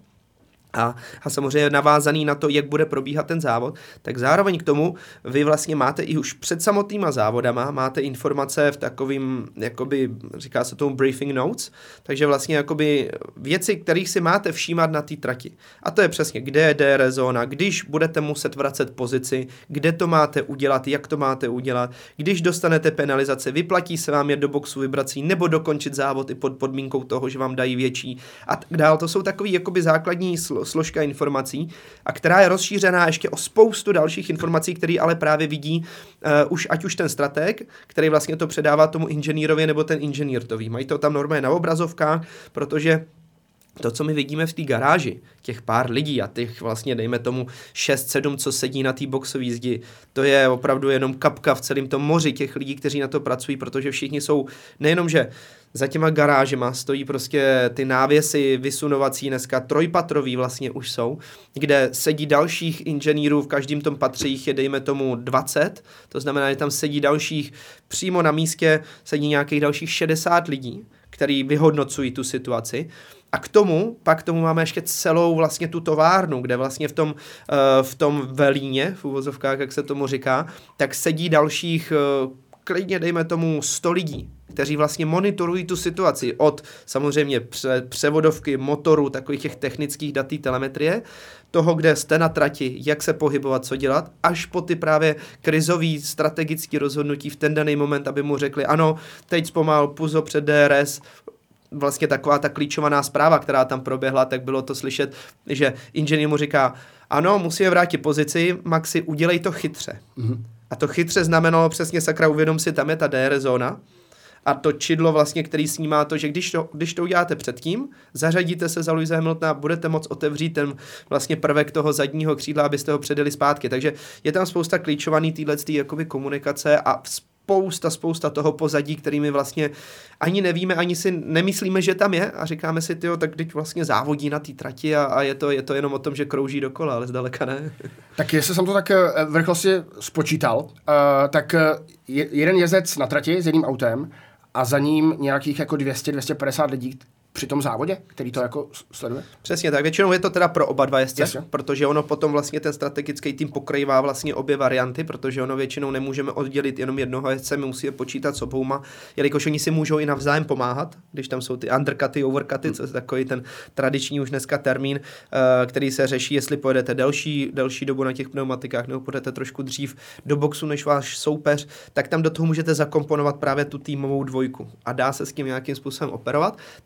B: A, a samozřejmě navázaný na to, jak bude probíhat ten závod, tak zároveň k tomu vy vlastně máte i už před samotnýma závodama, máte informace v takovým, jakoby, říká se tomu briefing notes, takže vlastně jakoby věci, kterých si máte všímat na té trati. A to je přesně, kde je D R S zóna, když budete muset vracet pozici, kde to máte udělat, jak to máte udělat, když dostanete penalizace, vyplatí se vám jet do boxu vibrací nebo dokončit závod i pod podmínkou toho, že vám dají větší a tak dál. To jsou takový jakoby základní sl- složka informací, a která je rozšířená ještě o spoustu dalších informací, který ale právě vidí uh, už ať už ten strateg, který vlastně to předává tomu inženýrovi, nebo ten inženýr to ví. Mají to tam normálně na obrazovkách, protože to, co my vidíme v té garáži, těch pár lidí a těch vlastně, dejme tomu šest sedm, co sedí na té boxové zdi, to je opravdu jenom kapka v celém tom moři těch lidí, kteří na to pracují, protože všichni jsou nejenom, že za těma garážema stojí prostě ty návěsy vysunovací, dneska trojpatrový vlastně už jsou, kde sedí dalších inženýrů, v každém tom patře jich je, dejme tomu, dvacet, to znamená, že tam sedí dalších, přímo na místě sedí nějakých dalších šedesát lidí, který vyhodnocují tu situaci. A k tomu, pak k tomu máme ještě celou vlastně tu továrnu, kde vlastně v tom, uh, v tom velíně, v uvozovkách, jak se tomu říká, tak sedí dalších, uh, klidně dejme tomu sto lidí, kteří vlastně monitorují tu situaci od samozřejmě pře- převodovky, motoru, takových těch technických datů, telemetrie, toho, kde jste na trati, jak se pohybovat, co dělat, až po ty právě krizový strategický rozhodnutí v ten daný moment, aby mu řekli, ano, teď zpomal puzo před D R S, vlastně taková ta klíčovaná zpráva, která tam proběhla, tak bylo to slyšet, že inženýr mu říká, ano, musíme vrátit pozici, Maxi, udělej to chytře. Mm-hmm. A to chytře znamenalo přesně, sakra, uvědom si, tam je ta D R S zóna a to čidlo vlastně, který snímá to, že když to, když to uděláte předtím, zařadíte se za Lewise Hamiltona, budete moc otevřít ten vlastně prvek toho zadního křídla, abyste ho předjeli zpátky. Takže je tam spousta klíčovaný týhletý jakoby komunikace a spousta, spousta toho pozadí, kterými vlastně ani nevíme, ani si nemyslíme, že tam je a říkáme si, tyjo, tak teď vlastně závodí na té trati a, a je, to, je to jenom o tom, že krouží dokola, ale zdaleka ne. Tak
A: jestli jsem to tak v rychlosti spočítal, uh, tak je, jeden jezdec na trati s jedním autem a za ním nějakých jako dvě stě až dvě stě padesát lidí při tom závodě, který to jako sleduje?
B: Přesně tak, většinou je to teda pro oba dva jezdce, yes, protože ono potom vlastně ten strategický tým pokrývá vlastně obě varianty, protože ono většinou nemůžeme oddělit jenom jednoho jezdce, my musíme počítat s obouma, jelikož oni si můžou i navzájem pomáhat, když tam jsou ty undercuty, overcuty, hmm. co je takový ten tradiční už dneska termín, který se řeší, jestli pojedete delší, delší dobu na těch pneumatikách, nebo pojedete trošku dřív do boxu než váš soupeř, tak tam do toho můžete zakomponovat právě tu týmovou dvojku a dá se s tím nějakým způsobem operovat, takže vlastně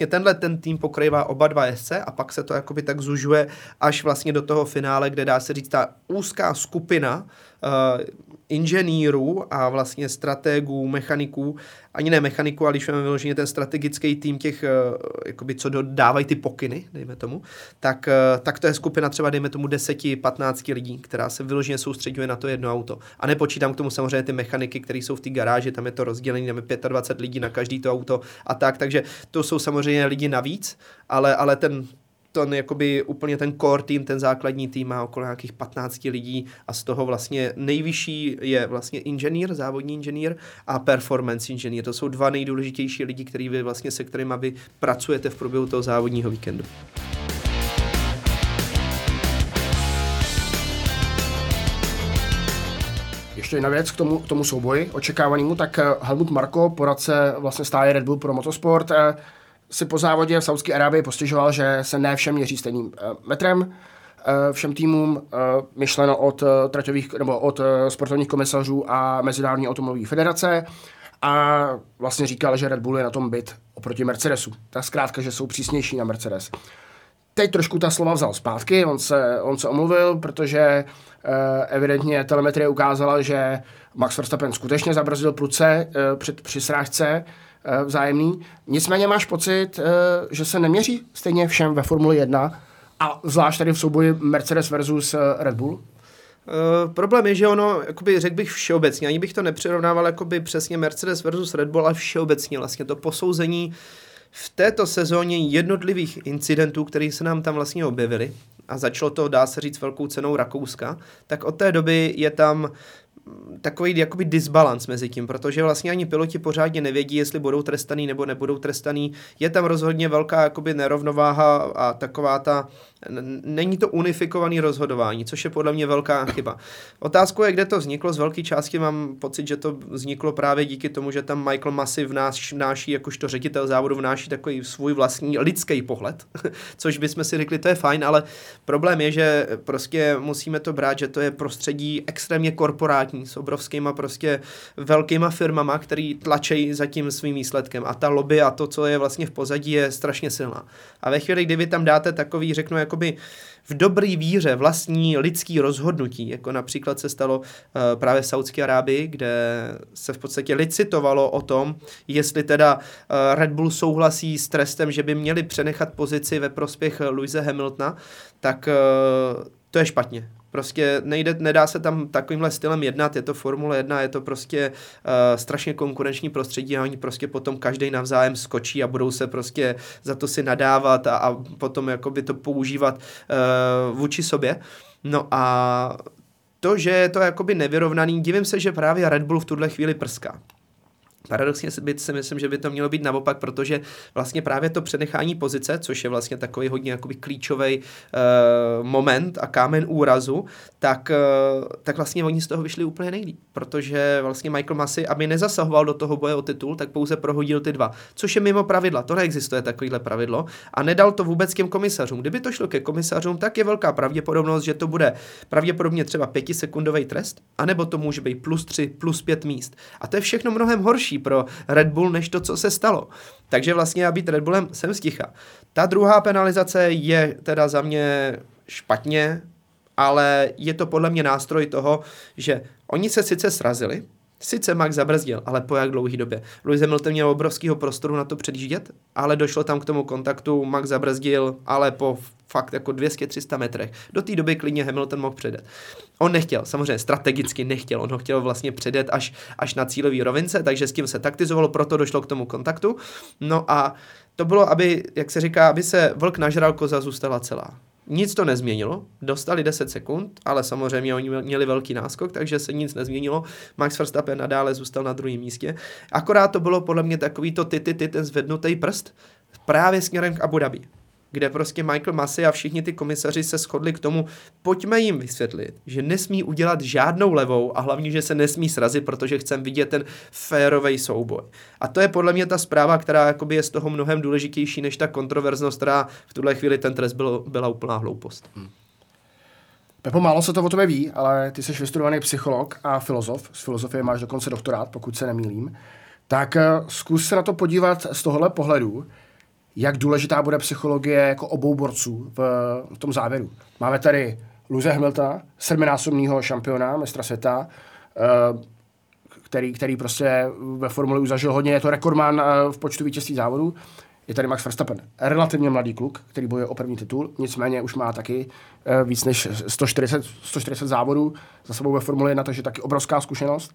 B: vlastně tenhle ten tým pokrývá oba dva jezdce a pak se to jakoby tak zužuje až vlastně do toho finále, kde dá se říct ta úzká skupina uh, inženýrů a vlastně strategů, mechaniků, ani ne mechaniků, ale když máme vyloženě ten strategický tým těch, uh, jakoby, co dodávají ty pokyny, dejme tomu, tak, uh, tak to je skupina třeba, dejme tomu, deset patnáct lidí, která se vyloženě soustředuje na to jedno auto. A nepočítám k tomu samozřejmě ty mechaniky, které jsou v té garáži, tam je to rozdělení, tam je dvacet pět lidí na každý to auto a tak, takže to jsou samozřejmě lidi navíc, ale, ale ten ten jakoby úplně ten core tým, ten základní tým má okolo nějakých patnáct lidí a z toho vlastně nejvyšší je vlastně inženýr, závodní inženýr a performance inženýr. To jsou dva nejdůležitější lidi, který vy vlastně, se kterými vy pracujete v průběhu toho závodního víkendu.
A: Ještě jedna věc k tomu, k tomu souboji očekávanému, tak Helmut Marko, poradce vlastně stáje Red Bull pro motosport, si po závodě v Saúdské Arábii postěžoval, že se ne všem měří stejným metrem, všem týmům, myšleno od traťových nebo od sportovních komisařů a Mezinárodní automobilové federace, a vlastně říkal, že Red Bull je na tom bit oproti Mercedesu. Tak zkrátka, že jsou přísnější na Mercedes. Teď trošku ta slova vzal zpátky, on se, on se omluvil, protože uh, evidentně telemetrie ukázala, že Max Verstappen skutečně zabrzdil prudce uh, před, při srážce uh, vzájemný. Nicméně máš pocit, uh, že se neměří stejně všem ve Formuli jedna a zvlášť tady v souboji Mercedes versus uh, Red Bull?
B: Uh, problém je, že ono, jakoby řekl bych všeobecně, ani bych to nepřirovnával jakoby přesně Mercedes versus Red Bull, ale všeobecně vlastně to posouzení v této sezóně jednotlivých incidentů, které se nám tam vlastně objevily, a začalo to, dá se říct, velkou cenou Rakouska, tak od té doby je tam takový jakoby disbalans mezi tím, protože vlastně ani piloti pořádně nevědí, jestli budou trestaný nebo nebudou trestaný. Je tam rozhodně velká jakoby nerovnováha a taková ta, není to unifikovaný rozhodování, což je podle mě velká chyba. Otázkou je, kde to vzniklo, z velké části mám pocit, že to vzniklo právě díky tomu, že tam Michael Masi vnáší, jakožto ředitel závodu vnáší takový svůj vlastní lidský pohled, což bychom si řekli, to je fajn, ale problém je, že prostě musíme to brát, že to je prostředí extrémně korporátní, s obrovskýma prostě velkýma firmama, který tlačejí za tím svým výsledkem a ta lobby a to, co je vlastně v pozadí, je strašně silná. A ve chvíli, kdy vy tam dáte takový, řeknu, jakoby v dobrý víře vlastní lidský rozhodnutí, jako například se stalo uh, právě v Saúdské Arábii, kde se v podstatě licitovalo o tom, jestli teda uh, Red Bull souhlasí s trestem, že by měli přenechat pozici ve prospěch Lewise Hamiltona, tak uh, to je špatně. Prostě nejde, nedá se tam takovýmhle stylem jednat, je to Formule jedna, je to prostě uh, strašně konkurenční prostředí a oni prostě potom každý navzájem skočí a budou se prostě za to si nadávat a, a potom jakoby to používat uh, vůči sobě. No a to, že je to jakoby nevyrovnaný, divím se, že právě Red Bull v tuhle chvíli prská. Paradoxně si myslím, že by to mělo být naopak, protože vlastně právě to přenechání pozice, což je vlastně takový hodně jakoby klíčový uh, moment a kámen úrazu, tak, uh, tak vlastně oni z toho vyšli úplně nejlíp, protože vlastně Michael Masi, aby nezasahoval do toho boje o titul, tak pouze prohodil ty dva, což je mimo pravidla, to neexistuje takovýhle pravidlo a nedal to vůbec těm komisařům. Kdyby to šlo ke komisařům, tak je velká pravděpodobnost, že to bude pravděpodobně třeba pětisekundový trest, anebo to může být plus tři, plus pět míst. A to je všechno mnohem horší pro Red Bull, než to, co se stalo. Takže vlastně já být Red Bullem jsem sticha. Ta druhá penalizace je teda za mě špatně, ale je to podle mě nástroj toho, že oni se sice srazili, sice Max zabrzdil, ale po jak dlouhý době. Lewis Hamilton měl obrovského prostoru na to předjíždět, ale došlo tam k tomu kontaktu, Max zabrzdil, ale po fakt jako dvě stě tři sta metrech. Do té doby klidně Hamilton mohl předjet. On nechtěl, samozřejmě strategicky nechtěl, on ho chtěl vlastně předjet až, až na cílový rovince, takže s tím se taktizovalo, proto došlo k tomu kontaktu. No a to bylo, aby, jak se říká, aby se vlk nažral, koza zůstala celá. Nic to nezměnilo, dostali deset sekund, ale samozřejmě oni měli velký náskok, takže se nic nezměnilo. Max Verstappen nadále zůstal na druhém místě. Akorát to bylo podle mě takový to ty, ty, ty, ten zvednutý prst právě směrem k Abu Dhabi, kde prostě Michael Masi a všichni ty komisaři se shodli k tomu, pojďme jim vysvětlit, že nesmí udělat žádnou levou a hlavně, že se nesmí srazit, protože chceme vidět ten férovej souboj. A to je podle mě ta zpráva, která jakoby je z toho mnohem důležitější než ta kontroverznost, která v tuhle chvíli ten trest byl, byla úplná hloupost. Hmm.
A: Pepo, málo se to o tobě ví, ale ty jsi vystudovaný psycholog a filozof. Z filozofie máš dokonce doktorát, pokud se nemýlím. Tak zkus se na to podívat z tohohle pohledu. jak důležitá bude psychologie jako obou borců v, v tom závěru. Máme tady Lewise Hamiltona, sedminásobného šampiona, mistra světa, který, který prostě ve Formuli už zažil hodně, je to rekordman v počtu vítězství závodů. Je tady Max Verstappen, relativně mladý kluk, který bojuje o první titul, nicméně už má taky víc než sto čtyřicet, sto čtyřicet závodů za sebou ve Formuli jedna, takže taky obrovská zkušenost.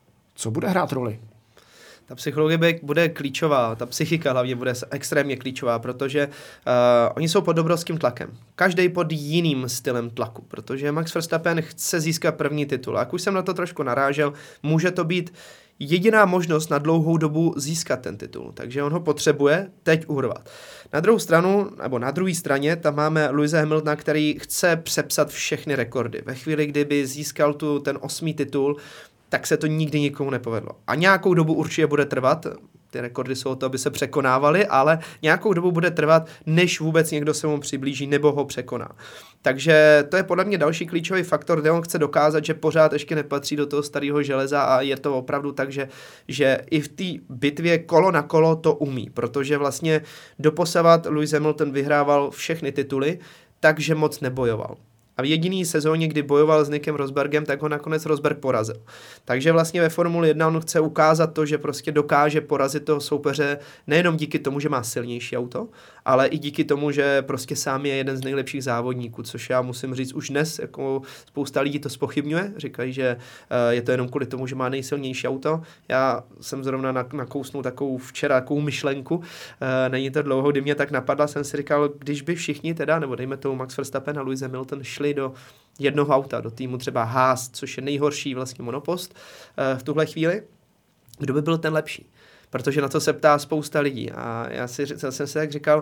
A: Co bude hrát roli?
B: Ta psychologie bude klíčová, ta psychika hlavně bude extrémně klíčová, protože uh, oni jsou pod obrovským tlakem. Každý pod jiným stylem tlaku, protože Max Verstappen chce získat první titul. A jak už jsem na to trošku narážel, může to být jediná možnost na dlouhou dobu získat ten titul. Takže on ho potřebuje teď urvat. Na druhou stranu, nebo na druhé straně, tam máme Lewise Hamiltona, který chce přepsat všechny rekordy. Ve chvíli, kdyby získal tu, ten osmý titul, tak se to nikdy nikomu nepovedlo. A nějakou dobu určitě bude trvat, ty rekordy jsou o to, aby se překonávaly, ale nějakou dobu bude trvat, než vůbec někdo se mu přiblíží nebo ho překoná. Takže to je podle mě další klíčový faktor, kde on chce dokázat, že pořád ještě nepatří do toho starého železa a je to opravdu tak, že, že i v té bitvě kolo na kolo to umí, protože vlastně doposavat Lewis Hamilton vyhrával všechny tituly, takže moc nebojoval. A v jediný sezóně, kdy bojoval s Nickem Rosbergem, tak ho nakonec Rosberg porazil. Takže vlastně ve Formuli jedna on chce ukázat to, že prostě dokáže porazit toho soupeře nejenom díky tomu, že má silnější auto, ale i díky tomu, že prostě sám je jeden z nejlepších závodníků, což já musím říct už dnes, jako spousta lidí to zpochybňuje, říkají, že je to jenom kvůli tomu, že má nejsilnější auto. Já jsem zrovna nakousnul takovou včera takovou myšlenku, není to dlouho, kdy mě tak napadla, jsem si říkal, když by všichni teda, nebo dejme tomu Max Verstappen a Lewis Hamilton šli do jednoho auta, do týmu třeba Haas, což je nejhorší vlastně monopost v tuhle chvíli, kdo by byl ten lepší? Protože na to se ptá spousta lidí a já, si, já jsem si tak říkal,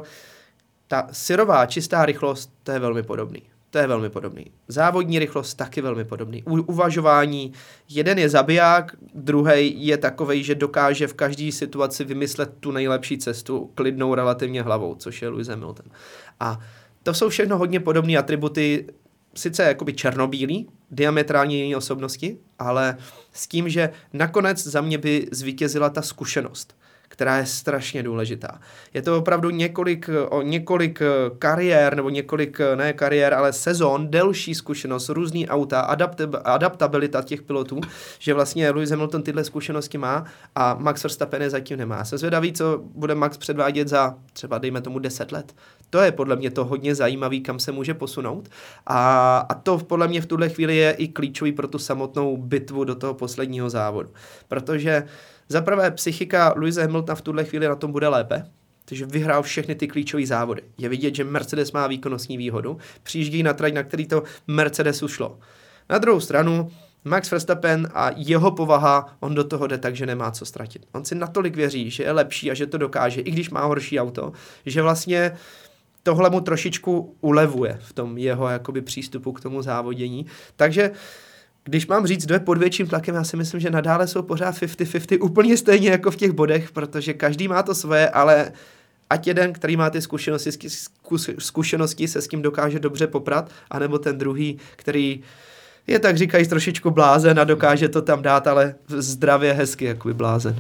B: ta syrová, čistá rychlost, to je velmi podobný. To je velmi podobný. Závodní rychlost taky velmi podobný. U, uvažování, jeden je zabiják, druhý je takovej, že dokáže v každé situaci vymyslet tu nejlepší cestu klidnou relativně hlavou, což je Lewis Hamilton. A to jsou všechno hodně podobné atributy, sice jakoby černobílý, diametrálně jiné osobnosti, ale s tím, že nakonec za mě by zvítězila ta zkušenost, která je strašně důležitá. Je to opravdu několik, o několik kariér, nebo několik, ne kariér, ale sezon, delší zkušenost, různý auta, adaptab- adaptabilita těch pilotů, že vlastně Lewis Hamilton tyhle zkušenosti má a Max Verstappen je zatím nemá. Jsem zvědavý, co bude Max předvádět za třeba, dejme tomu, deset let. To je podle mě to hodně zajímavý, kam se může posunout. A, a to podle mě v tuhle chvíli je i klíčový pro tu samotnou bitvu do toho posledního závodu. Protože za prvé psychika Lewise Hamiltona v tuhle chvíli na tom bude lépe, takže vyhrál všechny ty klíčové závody. Je vidět, že Mercedes má výkonnostní výhodu, přijíždí na trať, na který to Mercedesu šlo. Na druhou stranu Max Verstappen a jeho povaha, on do toho jde tak, že nemá co ztratit. On si natolik věří, že je lepší a že to dokáže, i když má horší auto, že vlastně tohle mu trošičku ulevuje v tom jeho jakoby přístupu k tomu závodění. Takže když mám říct, kdo je pod větším tlakem, já si myslím, že nadále jsou pořád padesát na padesát úplně stejně jako v těch bodech, protože každý má to svoje, ale ať jeden, který má ty zkušenosti, zkušenosti se s tím dokáže dobře poprat, anebo ten druhý, který je tak říkají trošičku blázen a dokáže to tam dát, ale zdravě, hezky, jakoby blázen.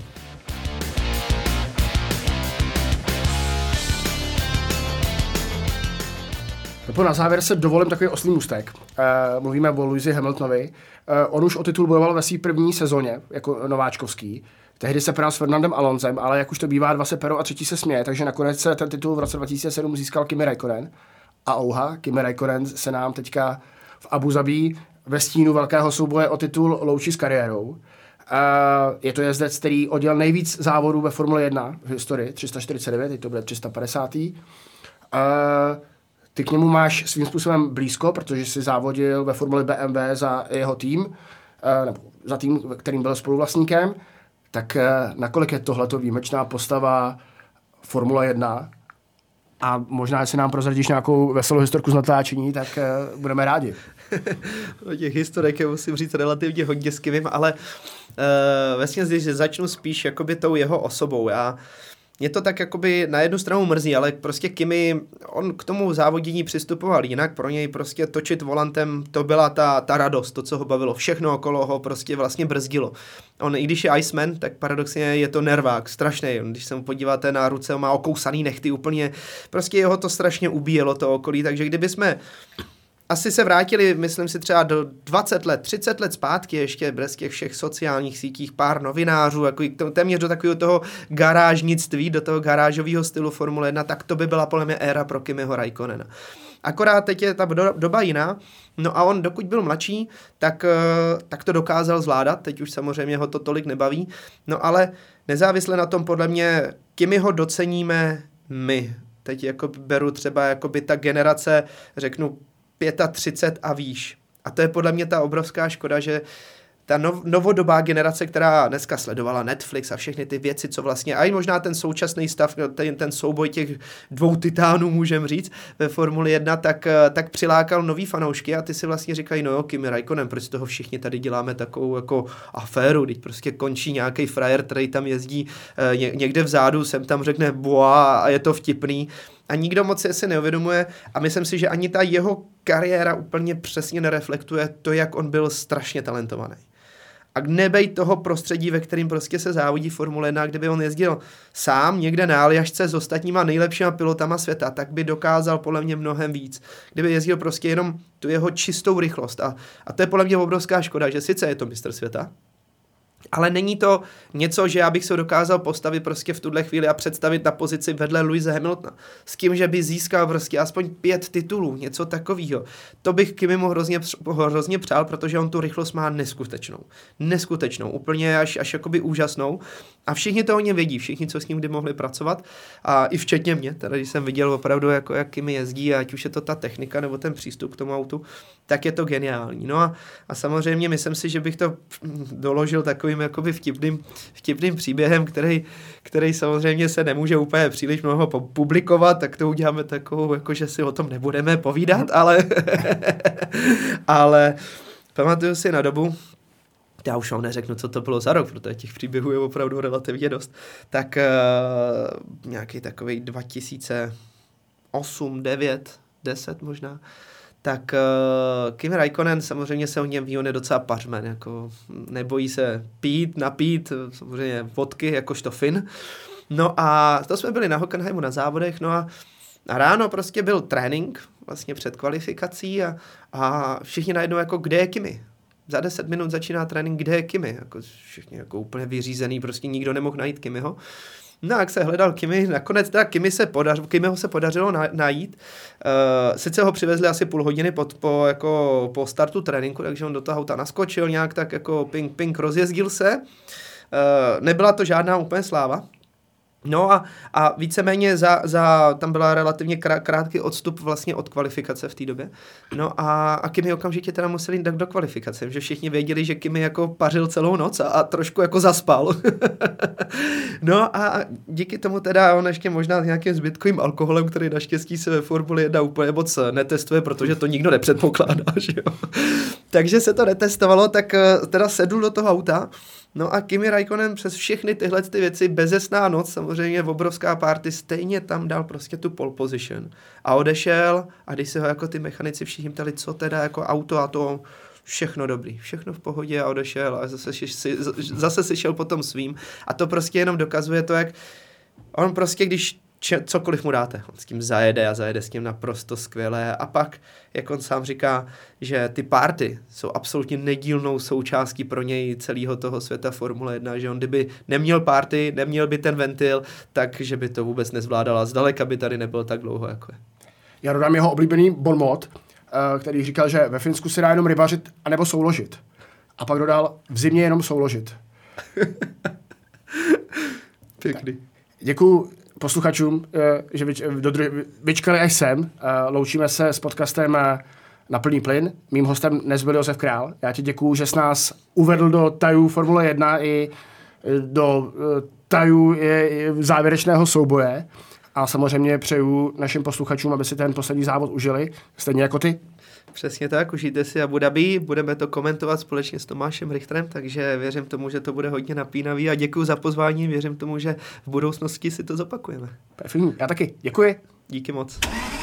A: Na závěr se dovolím takový oslý můstek. Uh, mluvíme o Lewisi Hamiltonovi. Uh, on už o titul bojoval ve své první sezóně jako nováčkovský. Tehdy se pral s Fernandem Alonsem, ale jak už to bývá, dva se perou a třetí se směje, takže nakonec se ten titul v roce dva tisíce sedm získal Kimi Räikkönen. A ouha, Kimi Räikkönen se nám teďka v Abu Zabí ve stínu velkého souboje o titul loučí s kariérou. Uh, je to jezdec, který odjel nejvíc závodů ve Formule jedna v historii, tři sta čtyřicet devět, teď to bude tři sta padesát. Uh, Ty k němu máš svým způsobem blízko, protože jsi závodil ve Formuli B M W za jeho tým, nebo za tým, kterým byl spoluvlastníkem. Tak nakolik je tohleto výjimečná postava Formule jedna? A možná, jestli nám prozradíš nějakou veselou historku z natáčení, tak budeme rádi.
B: O těch historek je, musím říct, relativně hodně skvělým, ale uh, vlastně když začnu spíš jakoby tou jeho osobou. Já mě to tak jakoby na jednu stranu mrzí, ale prostě Kimi, on k tomu závodění přistupoval jinak, pro něj prostě točit volantem, to byla ta, ta radost, to, co ho bavilo, všechno okolo ho prostě vlastně brzdilo. On, i když je Iceman, tak paradoxně je to nervák, strašný, když se mu podíváte na ruce, on má okousaný nechty úplně, prostě jeho to strašně ubíjelo to okolí, takže kdyby jsme asi se vrátili, myslím si třeba do dvacet let, třicet let zpátky ještě bez těch všech sociálních sítích, pár novinářů, jako téměř do takového toho garážnictví, do toho garážového stylu Formule jedna, tak to by byla podle mě éra pro Kimiho Räikkönena. Akorát teď je ta doba jiná, no a on dokud byl mladší, tak, tak to dokázal zvládat, teď už samozřejmě ho to tolik nebaví, no ale nezávisle na tom podle mě Kimiho doceníme my. Teď jako beru třeba jakoby ta generace, řeknu, třicet pět a výš. A to je podle mě ta obrovská škoda, že ta nov, novodobá generace, která dneska sledovala Netflix a všechny ty věci, co vlastně, a i možná ten současný stav, ten, ten souboj těch dvou titánů, můžem říct, ve Formuli jedna, tak, tak přilákal nový fanoušky a ty si vlastně říkají, no jo, Kimi Räikkönen, proč z toho všichni tady děláme takovou jako aféru, teď prostě končí nějaký frajer, který tam jezdí ně, někde vzadu, sem tam řekne boa a je to vtipný. A nikdo moc se si neuvědomuje a myslím si, že ani ta jeho kariéra úplně přesně nereflektuje to, jak on byl strašně talentovaný. A nebej toho prostředí, ve kterým prostě se závodí Formule jedna, kdyby on jezdil sám někde na Aljašce s ostatníma nejlepšíma pilotama světa, tak by dokázal podle mě mnohem víc. Kdyby jezdil prostě jenom tu jeho čistou rychlost. A, a to je podle mě obrovská škoda, že sice je to mistr světa, ale není to něco, že já bych se dokázal postavit prostě v tuhle chvíli a představit na pozici vedle Lewise Hamiltona. S tím, že by získal prostě aspoň pět titulů, něco takového. To bych Kimimu hrozně, hrozně přál, protože on tu rychlost má neskutečnou. Neskutečnou, úplně až, až jakoby úžasnou. A všichni to o něm vědí, všichni, co s ním kdy mohli pracovat. A i včetně mě, teda když jsem viděl opravdu, jako, jak Kimi jezdí, ať už je to ta technika nebo ten přístup k tomu autu, tak je to geniální. No a, a samozřejmě myslím si, že bych to doložil takovým jakoby vtipným, vtipným příběhem, který, který samozřejmě se nemůže úplně příliš mnoho publikovat, tak to uděláme takovou, jako že si o tom nebudeme povídat, ale, ale pamatuju si na dobu, já už vám neřeknu, co to bylo za rok, protože těch příběhů je opravdu relativně dost, tak uh, nějaký takový dva tisíce osm, devět, deset možná, tak uh, Kimi Räikkönen, samozřejmě se o něm ví, on je docela pařmen, jako nebojí se pít, napít, samozřejmě vodky, jakožto Fin. No a to jsme byli na Hockenheimu na závodech, no a, a ráno prostě byl trénink, vlastně před kvalifikací a, a všichni najednou jako, kde je Kimi? Za deset minut začíná trénink, kde je Kimi? Jako všichni jako úplně vyřízený, prostě nikdo nemohl najít Kimiho. No, jak se hledal Kimi, nakonec teda Kimi se podařilo, Kimiho se podařilo na, najít. Uh, sice ho přivezli asi půl hodiny pod, po, jako, po startu tréninku, takže on do toho auta naskočil, nějak tak jako ping, ping, rozjezdil se. Uh, nebyla to žádná úplně sláva. No a, a víceméně za, za, tam byla relativně krá, krátký odstup vlastně od kvalifikace v té době. No a, a Kimi okamžitě teda museli dát do kvalifikace, že všichni věděli, že Kimi jako pařil celou noc a, a trošku jako zaspal. No a díky tomu teda on ještě možná s nějakým zbytkovým alkoholem, který naštěstí se ve Formuli jedna úplně moc netestuje, protože to nikdo nepředpokládá, že jo. Takže se to netestovalo, tak teda sedl do toho auta. No a Kimi Räikkönen přes všechny tyhle ty věci, bezesná noc, samozřejmě obrovská party, stejně tam dal prostě tu pole position. A odešel a když se ho jako ty mechanici všichni ptali, co teda jako auto a to, všechno dobrý, všechno v pohodě a odešel a zase, si, zase si šel potom svým. A to prostě jenom dokazuje to, jak on prostě, když če, cokoliv mu dáte, on s tím zajede a zajede s tím naprosto skvěle a pak, jak on sám říká, že ty party jsou absolutně nedílnou součástí pro něj celého toho světa Formule jedna, že on kdyby neměl party, neměl by ten ventil, takže by to vůbec nezvládal a zdaleka by tady nebyl tak dlouho, jako je.
A: Já dodám jeho oblíbený bon mot, který říkal, že ve Finsku se dá jenom rybařit anebo souložit. A pak dodal, v zimě jenom souložit.
B: Pěkný.
A: Děkuju posluchačům, že vyčkali až sem. Loučíme se s podcastem Na plný plyn. Mým hostem dnes byl Josef Král. Já ti děkuju, že jsi nás uvedl do tajů Formule jedna i do tajů závěrečného souboje. A samozřejmě přeju našim posluchačům, aby si ten poslední závod užili, stejně jako ty.
B: Přesně tak, užijte si Abu Dhabi, budeme to komentovat společně s Tomášem Richterem, takže věřím tomu, že to bude hodně napínavý a děkuji za pozvání, věřím tomu, že v budoucnosti si to zopakujeme.
A: Perfektní, já taky, děkuji.
B: Díky moc.